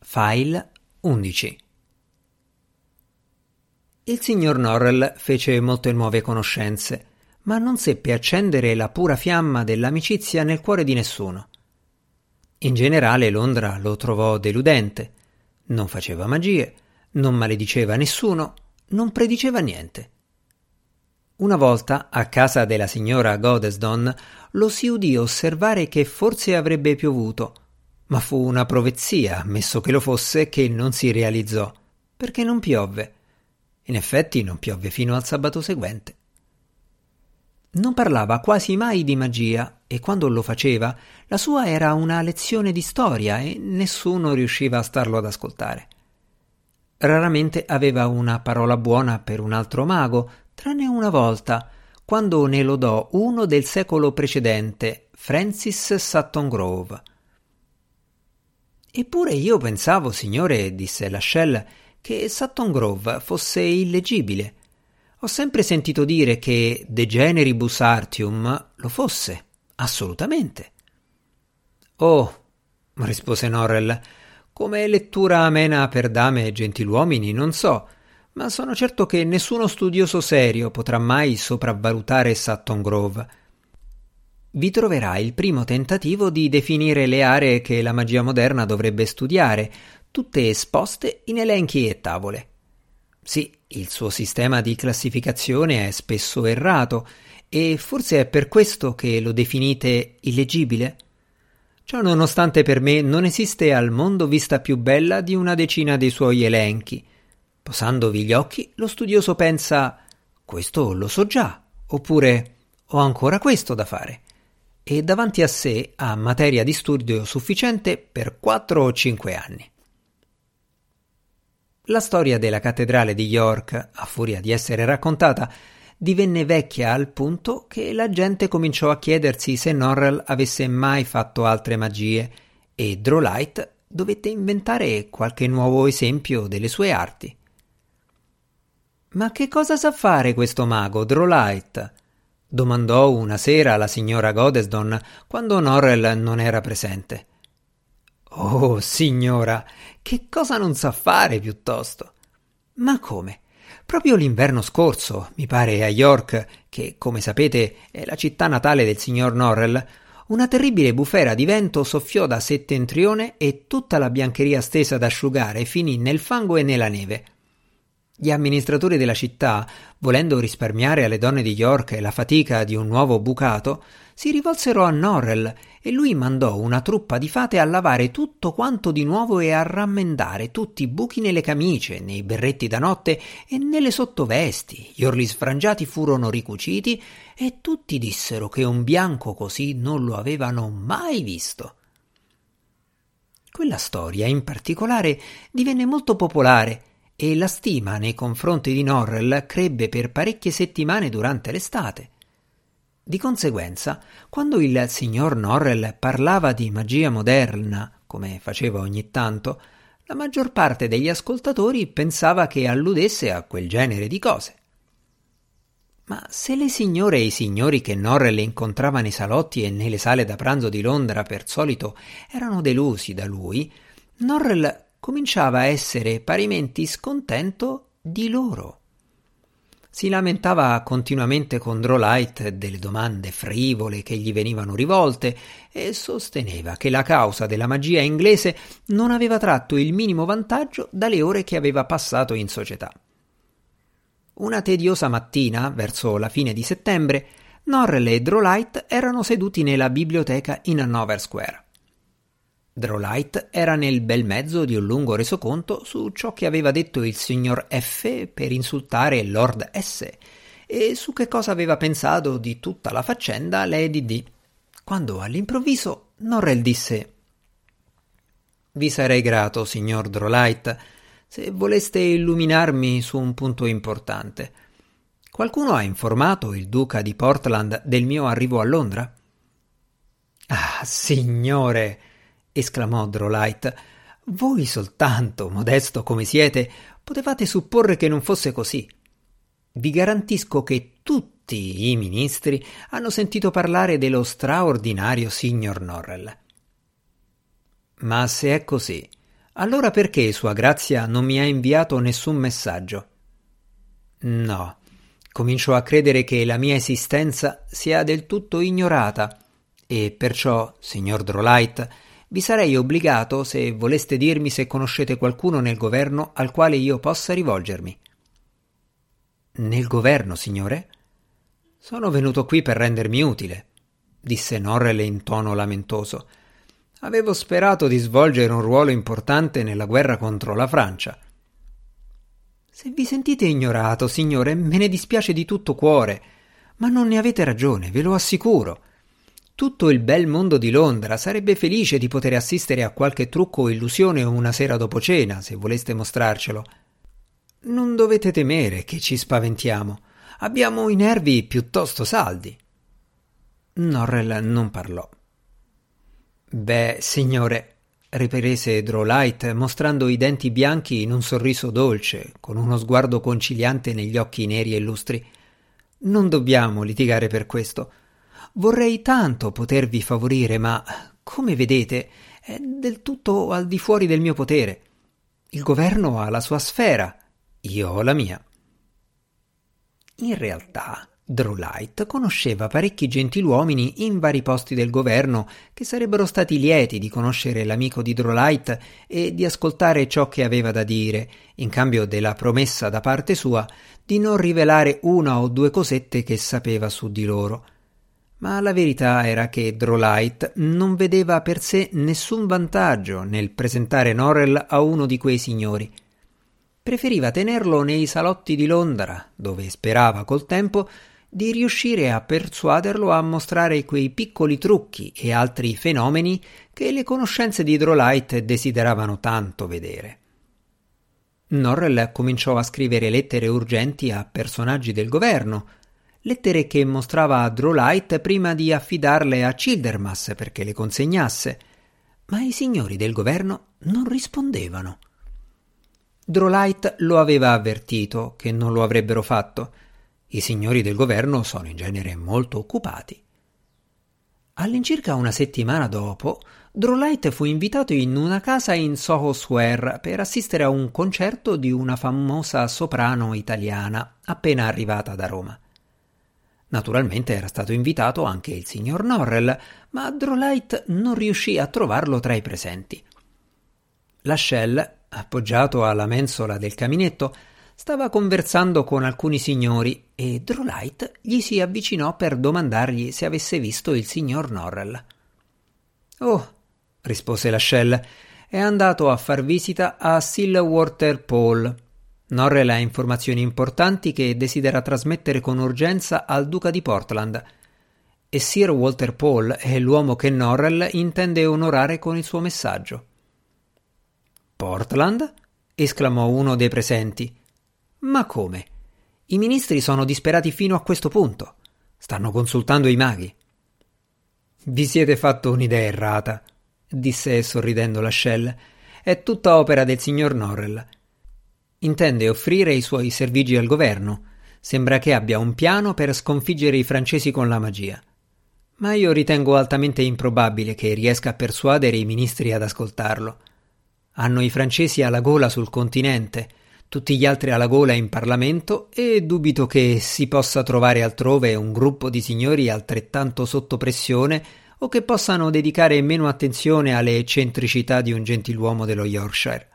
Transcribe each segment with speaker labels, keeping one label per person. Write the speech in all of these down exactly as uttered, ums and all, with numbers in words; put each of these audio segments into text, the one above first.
Speaker 1: File undici. Il signor Norrell fece molte nuove conoscenze, ma non seppe accendere la pura fiamma dell'amicizia nel cuore di nessuno. In generale Londra lo trovò deludente, non faceva magie, non malediceva nessuno, non prediceva niente. Una volta, a casa della signora Godesdon, lo si udì osservare che forse avrebbe piovuto, ma fu una profezia, ammesso che lo fosse, che non si realizzò, perché non piovve. In effetti non piovve fino al sabato seguente. Non parlava quasi mai di magia e quando lo faceva la sua era una lezione di storia e nessuno riusciva a starlo ad ascoltare. Raramente aveva una parola buona per un altro mago, tranne una volta, quando ne lodò uno del secolo precedente, Francis Sutton Grove. Eppure io pensavo, signore, disse Lascelles, che Sutton Grove fosse illeggibile. Ho sempre sentito dire che De Generibus Artium lo fosse, assolutamente. Oh, rispose Norrell, come lettura amena per dame e gentiluomini non so, ma sono certo che nessuno studioso serio potrà mai sopravvalutare Sutton Grove. Vi troverà il primo tentativo di definire le aree che la magia moderna dovrebbe studiare, tutte esposte in elenchi e tavole. Sì, il suo sistema di classificazione è spesso errato, e forse è per questo che lo definite illeggibile? Ciò nonostante per me non esiste al mondo vista più bella di una decina dei suoi elenchi. Posandovi gli occhi, lo studioso pensa «questo lo so già», oppure «ho ancora questo da fare», e davanti a sé ha materia di studio sufficiente per quattro o cinque anni. La storia della cattedrale di York, a furia di essere raccontata, divenne vecchia al punto che la gente cominciò a chiedersi se Norrell avesse mai fatto altre magie e Drolight dovette inventare qualche nuovo esempio delle sue arti. «Ma che cosa sa fare questo mago, Drolight?» domandò una sera la signora Godesdon quando Norrell non era presente. «Oh, signora, che cosa non sa fare piuttosto?» «Ma come? Proprio l'inverno scorso, mi pare a York, che, come sapete, è la città natale del signor Norrell, una terribile bufera di vento soffiò da settentrione e tutta la biancheria stesa ad asciugare finì nel fango e nella neve. Gli amministratori della città, volendo risparmiare alle donne di York la fatica di un nuovo bucato, si rivolsero a Norrell e lui mandò una truppa di fate a lavare tutto quanto di nuovo e a rammendare tutti i buchi nelle camicie, nei berretti da notte e nelle sottovesti. Gli orli sfrangiati furono ricuciti e tutti dissero che un bianco così non lo avevano mai visto. Quella storia, in particolare, divenne molto popolare e la stima nei confronti di Norrell crebbe per parecchie settimane durante l'estate. Di conseguenza, quando il signor Norrell parlava di magia moderna, come faceva ogni tanto, la maggior parte degli ascoltatori pensava che alludesse a quel genere di cose. Ma se le signore e i signori che Norrell incontrava nei salotti e nelle sale da pranzo di Londra per solito erano delusi da lui, Norrell cominciava a essere parimenti scontento di loro. Si lamentava continuamente con Drolight delle domande frivole che gli venivano rivolte e sosteneva che la causa della magia inglese non aveva tratto il minimo vantaggio dalle ore che aveva passato in società. Una tediosa mattina, verso la fine di settembre, Norrell e Drolight erano seduti nella biblioteca in Hanover Square. Drolight era nel bel mezzo di un lungo resoconto su ciò che aveva detto il signor F per insultare Lord S e su che cosa aveva pensato di tutta la faccenda Lady D, quando all'improvviso Norrell disse «Vi sarei grato, signor Drolight, se voleste illuminarmi su un punto importante. Qualcuno ha informato il duca di Portland del mio arrivo a Londra?» «Ah, signore!» esclamò Drolight, «voi soltanto, modesto come siete, potevate supporre che non fosse così. Vi garantisco che tutti i ministri hanno sentito parlare dello straordinario signor Norrell. Ma se è così, Allora perché Sua Grazia non mi ha inviato nessun messaggio? No, comincio a credere che la mia esistenza sia del tutto ignorata e perciò, signor Drolight, vi sarei obbligato se voleste dirmi se conoscete qualcuno nel governo al quale io possa rivolgermi. Nel governo, signore? Sono venuto qui per rendermi utile, disse Norrell in tono lamentoso. Avevo sperato di svolgere un ruolo importante nella guerra contro la Francia. Se vi sentite ignorato, signore, me ne dispiace di tutto cuore, ma non ne avete ragione, ve lo assicuro. Tutto il bel mondo di Londra sarebbe felice di poter assistere a qualche trucco o illusione una sera dopo cena, se voleste mostrarcelo. Non dovete temere che ci spaventiamo. Abbiamo i nervi piuttosto saldi. Norrell non parlò. Beh, signore, riprese Drolight, mostrando i denti bianchi in un sorriso dolce, con uno sguardo conciliante negli occhi neri e lustri, non dobbiamo litigare per questo. Vorrei tanto potervi favorire, ma, come vedete, è del tutto al di fuori del mio potere. Il governo ha la sua sfera, io ho la mia. In realtà, Drolight conosceva parecchi gentiluomini in vari posti del governo che sarebbero stati lieti di conoscere l'amico di Drolight e di ascoltare ciò che aveva da dire, in cambio della promessa da parte sua di non rivelare una o due cosette che sapeva su di loro. Ma la verità era che Drolight non vedeva per sé nessun vantaggio nel presentare Norrell a uno di quei signori. Preferiva tenerlo nei salotti di Londra, dove sperava col tempo di riuscire a persuaderlo a mostrare quei piccoli trucchi e altri fenomeni che le conoscenze di Drolight desideravano tanto vedere. Norrell cominciò a scrivere lettere urgenti a personaggi del governo, lettere che mostrava a Drolight prima di affidarle a Childermas perché le consegnasse, ma i signori del governo non rispondevano. Drolight lo aveva avvertito che non lo avrebbero fatto. I signori del governo sono in genere molto occupati. All'incirca una settimana dopo, Drolight fu invitato in una casa in Soho Square per assistere a un concerto di una famosa soprano italiana appena arrivata da Roma. Naturalmente era stato invitato anche il signor Norrell, ma Drolight non riuscì a trovarlo tra i presenti. Lascelles, appoggiato alla mensola del caminetto, stava conversando con alcuni signori e Drolight gli si avvicinò per domandargli se avesse visto il signor Norrell. «Oh», rispose Lascelles, «è andato a far visita a Sir Walter Pole. Norrell ha informazioni importanti che desidera trasmettere con urgenza al duca di Portland e Sir Walter Pole è l'uomo che Norrell intende onorare con il suo messaggio». «Portland?» esclamò uno dei presenti. «Ma come? I ministri sono disperati fino a questo punto. Stanno consultando i maghi». «Vi siete fatto un'idea errata», disse sorridendo Lascelles. «È tutta opera del signor Norrell. Intende offrire i suoi servigi al governo. Sembra che abbia un piano per sconfiggere i francesi con la magia. Ma io ritengo altamente improbabile che riesca a persuadere i ministri ad ascoltarlo. Hanno i francesi alla gola sul continente, tutti gli altri alla gola in Parlamento e dubito che si possa trovare altrove un gruppo di signori altrettanto sotto pressione o che possano dedicare meno attenzione alle eccentricità di un gentiluomo dello Yorkshire».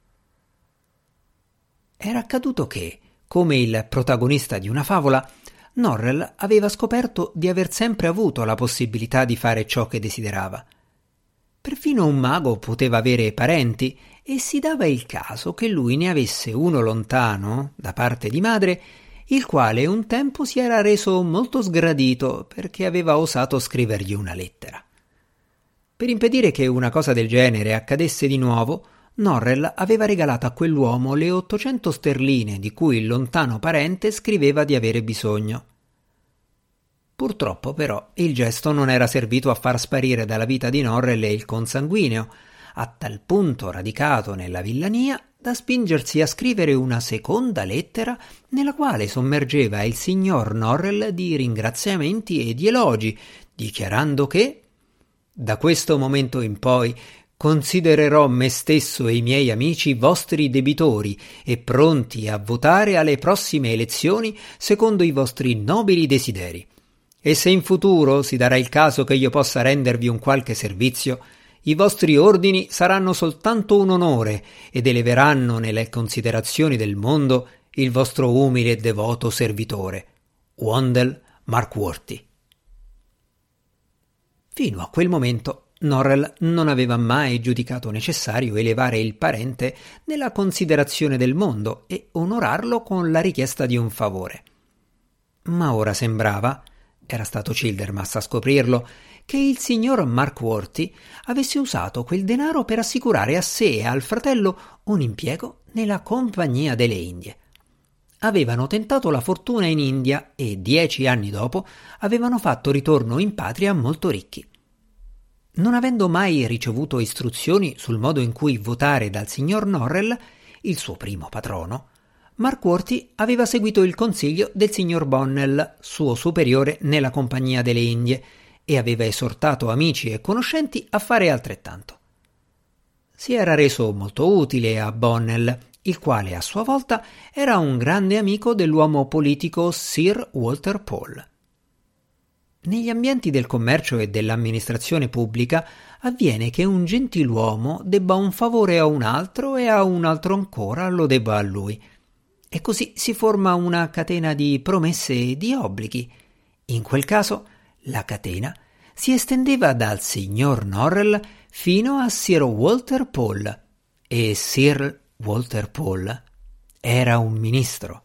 Speaker 1: Era accaduto che, come il protagonista di una favola, Norrell aveva scoperto di aver sempre avuto la possibilità di fare ciò che desiderava. Perfino un mago poteva avere parenti e si dava il caso che lui ne avesse uno lontano, da parte di madre, il quale un tempo si era reso molto sgradito perché aveva osato scrivergli una lettera. Per impedire che una cosa del genere accadesse di nuovo, Norrell aveva regalato a quell'uomo le ottocento sterline di cui il lontano parente scriveva di avere bisogno. Purtroppo, però, il gesto non era servito a far sparire dalla vita di Norrell il consanguineo, a tal punto radicato nella villania da spingersi a scrivere una seconda lettera nella quale sommergeva il signor Norrell di ringraziamenti e di elogi, dichiarando che, da questo momento in poi, considererò me stesso e i miei amici vostri debitori e pronti a votare alle prossime elezioni secondo i vostri nobili desideri. E se in futuro si darà il caso che io possa rendervi un qualche servizio, i vostri ordini saranno soltanto un onore ed eleveranno nelle considerazioni del mondo il vostro umile e devoto servitore, Wandel Markworthy. Fino a quel momento Norrell non aveva mai giudicato necessario elevare il parente nella considerazione del mondo e onorarlo con la richiesta di un favore. Ma ora sembrava, era stato Childermas a scoprirlo, che il signor Markworthy avesse usato quel denaro per assicurare a sé e al fratello un impiego nella Compagnia delle Indie. Avevano tentato la fortuna in India e dieci anni dopo avevano fatto ritorno in patria molto ricchi. Non avendo mai ricevuto istruzioni sul modo in cui votare dal signor Norrell, il suo primo patrono, Markworthy aveva seguito il consiglio del signor Bonnell, suo superiore nella Compagnia delle Indie, e aveva esortato amici e conoscenti a fare altrettanto. Si era reso molto utile a Bonnell, il quale a sua volta era un grande amico dell'uomo politico Sir Walter Paul. Negli ambienti del commercio e dell'amministrazione pubblica avviene che un gentiluomo debba un favore a un altro e a un altro ancora lo debba a lui. E così si forma una catena di promesse e di obblighi. In quel caso la catena si estendeva dal signor Norrell fino a Sir Walter Paul, e Sir Walter Paul era un ministro.